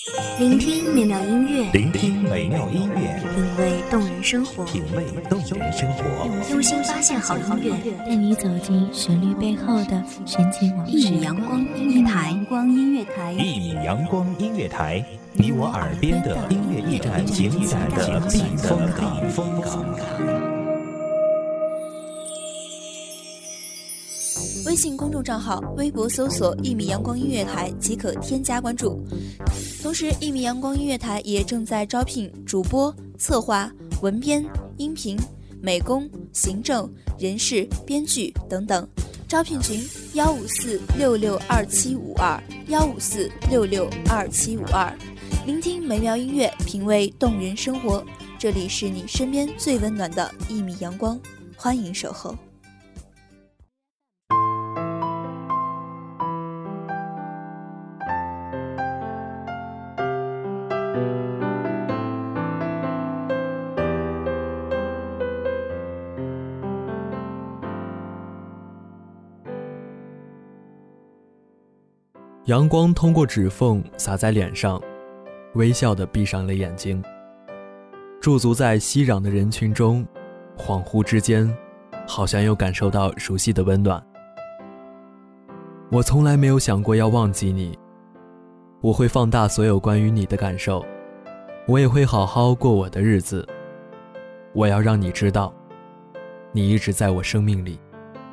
聆听美妙音乐， 聆听美妙音乐， 品味动人生活， 品味动人生活， 用心发现好音乐， 带你走进旋律背后的深情往事。 一米阳光音乐台， 一米阳光音乐台，你我耳边的音乐驿站，情感的避风港。 微信公众账号、微博搜索“一米阳光音乐台”即可添加关注。同时，一米阳光音乐台也正在招聘主播、策划、文编、音频、美工、行政、人事、编剧等等。招聘群154662752，154662752。聆听美妙音乐，品味动人生活。这里是你身边最温暖的一米阳光，欢迎守候。 阳光通过指缝洒在脸上，微笑地闭上了眼睛。驻足在熙攘的人群中，恍惚之间，好像又感受到熟悉的温暖。我从来没有想过要忘记你，我会放大所有关于你的感受，我也会好好过我的日子。我要让你知道，你一直在我生命里。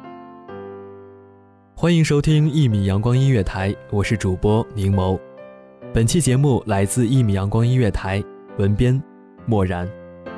欢迎收听一米阳光音乐台，我是主播宁谋。本期节目来自一米阳光音乐台，文编漠然。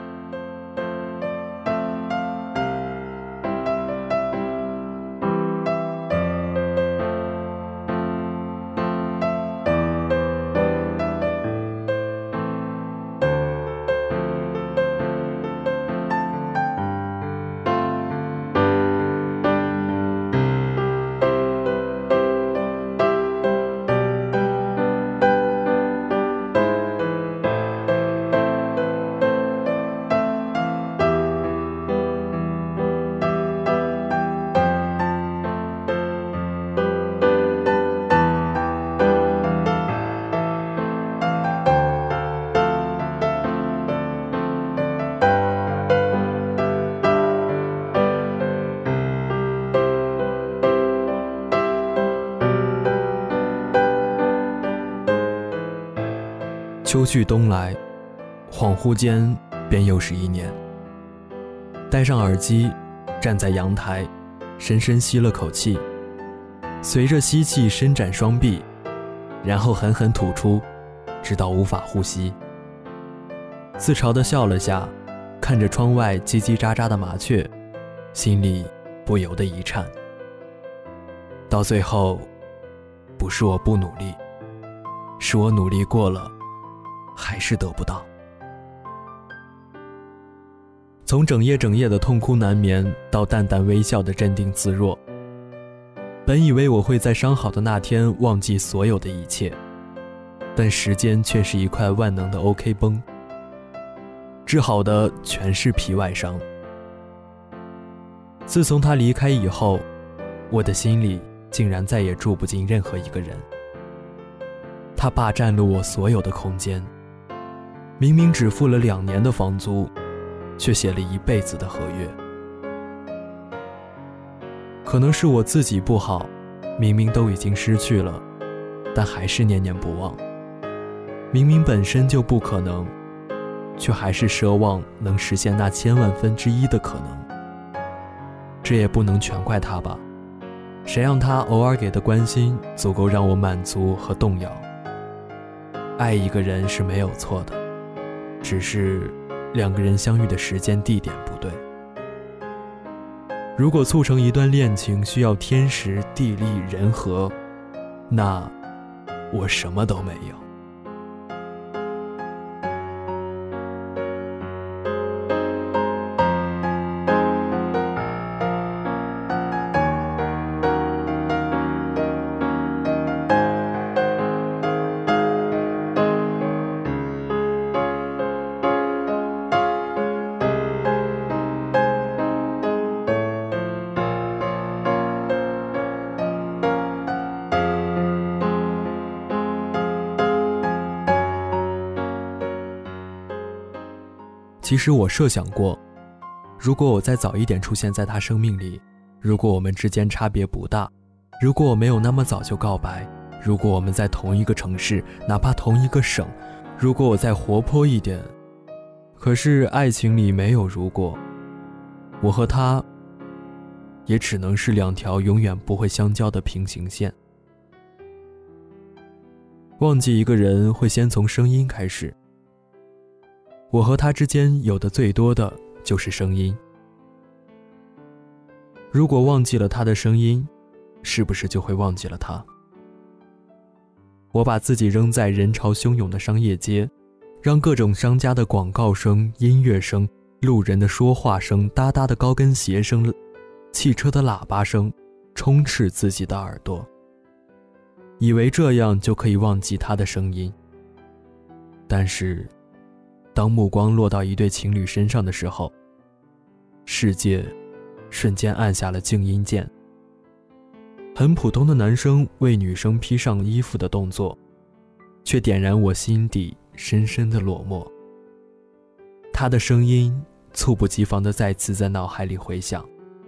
秋去冬来，恍惚间便又是一年。戴上耳机，站在阳台，深深吸了口气，随着吸气伸展双臂，然后狠狠吐出，直到无法呼吸。自嘲地笑了下，看着窗外叽叽喳喳的麻雀，心里不由得一颤。到最后，不是我不努力，是我努力过了，还是得不到。从整夜的痛哭难眠到淡淡微笑的镇定自若，本以为我会在伤好的那天忘记所有的一切，但时间却是一块万能的 OK 绷，治好的全是皮外伤。自从他离开以后，我的心里竟然再也住不进任何一个人。他霸占了我所有的空间，明明只付了2年的房租，却写了一辈子的合约。可能是我自己不好，明明都已经失去了，但还是念念不忘。明明本身就不可能，却还是奢望能实现那1000万分之一的可能。这也不能全怪他吧，谁让他偶尔给的关心足够让我满足和动摇。爱一个人是没有错的，只是2个人相遇的时间地点不对。如果促成一段恋情需要天时地利人和，那我什么都没有。 其实我设想过，如果我再早一点出现在他生命里，如果我们之间差别不大，如果我没有那么早就告白，如果我们在同一个城市，哪怕同一个省，如果我再活泼一点。可是爱情里没有如果，我和他也只能是两条永远不会相交的平行线。忘记一个人会先从声音开始，我和他之间有的最多的就是声音。如果忘记了他的声音，是不是就会忘记了他？我把自己扔在人潮汹涌的商业街，让各种商家的广告声、音乐声、路人的说话声、哒哒的高跟鞋声、汽车的喇叭声充斥自己的耳朵，以为这样就可以忘记他的声音。但是当目光落到一对情侣身上的时候，世界瞬间按下了静音键。很普通的男生为女生披上衣服的动作，却点燃我心底深深的落寞。他的声音猝不及防地再次在脑海里回响。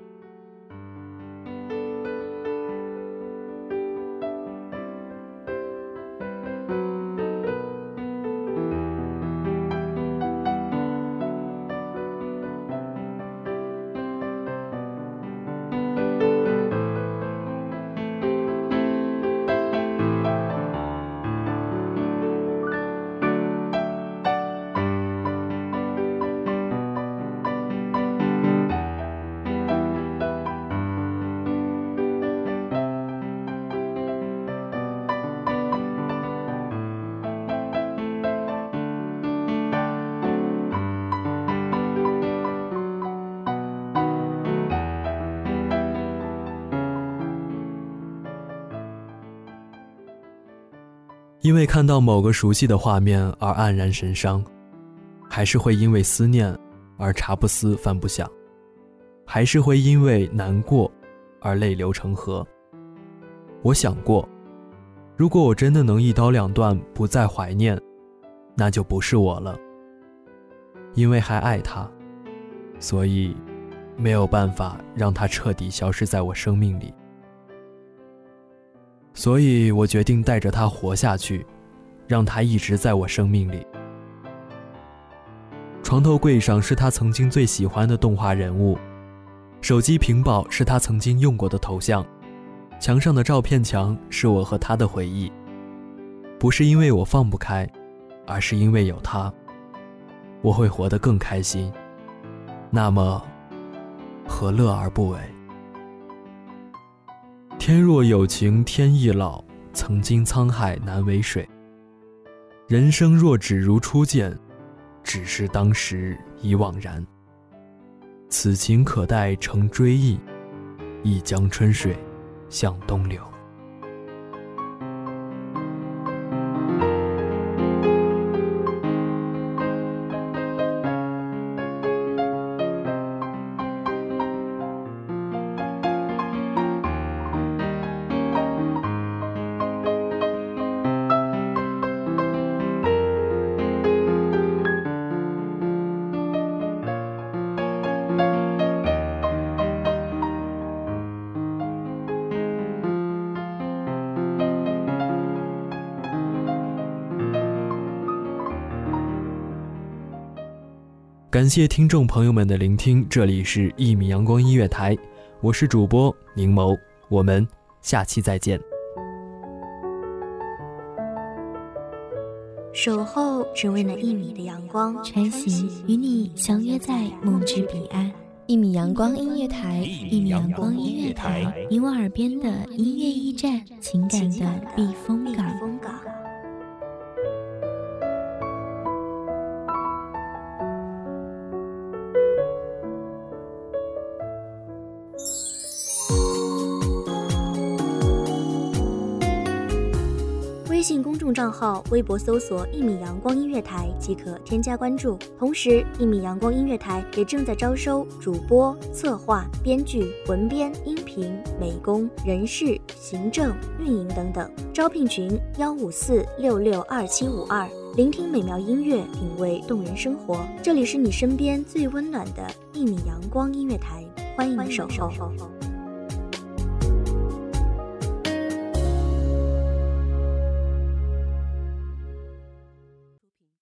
因为看到某个熟悉的画面而黯然神伤，还是会因为思念而茶不思饭不想，还是会因为难过而泪流成河。我想过，如果我真的能一刀两断，不再怀念，那就不是我了。因为还爱他，所以没有办法让他彻底消失在我生命里。所以我决定带着他活下去，让他一直在我生命里。床头柜上是他曾经最喜欢的动画人物，手机屏保是他曾经用过的头像，墙上的照片墙是我和他的回忆。不是因为我放不开，而是因为有他，我会活得更开心。那么何乐而不为？天若有情天亦老，曾经沧海难为水。人生若只如初见，只是当时已惘然。此情可待成追忆，一江春水向东流。感谢听众朋友们的聆听，这里是1米阳光音乐台，我是主播宁谋，我们下期再见。 守候只为那1米的阳光， 穿行与你相约在梦之彼岸。 1米阳光音乐台 1米阳光音乐台，你我耳边的音乐驿站，情感的避风港。 微信公众众账号微博搜索1米阳光音乐台即可添加关注。同时1米阳光音乐台也正在招收主播、策划、编剧、文编、音频、美工、人事、行政、运营等等，招聘群154662752，聆听美妙音乐，品味动人生活。这里是你身边最温暖的1米阳光音乐台，欢迎守候。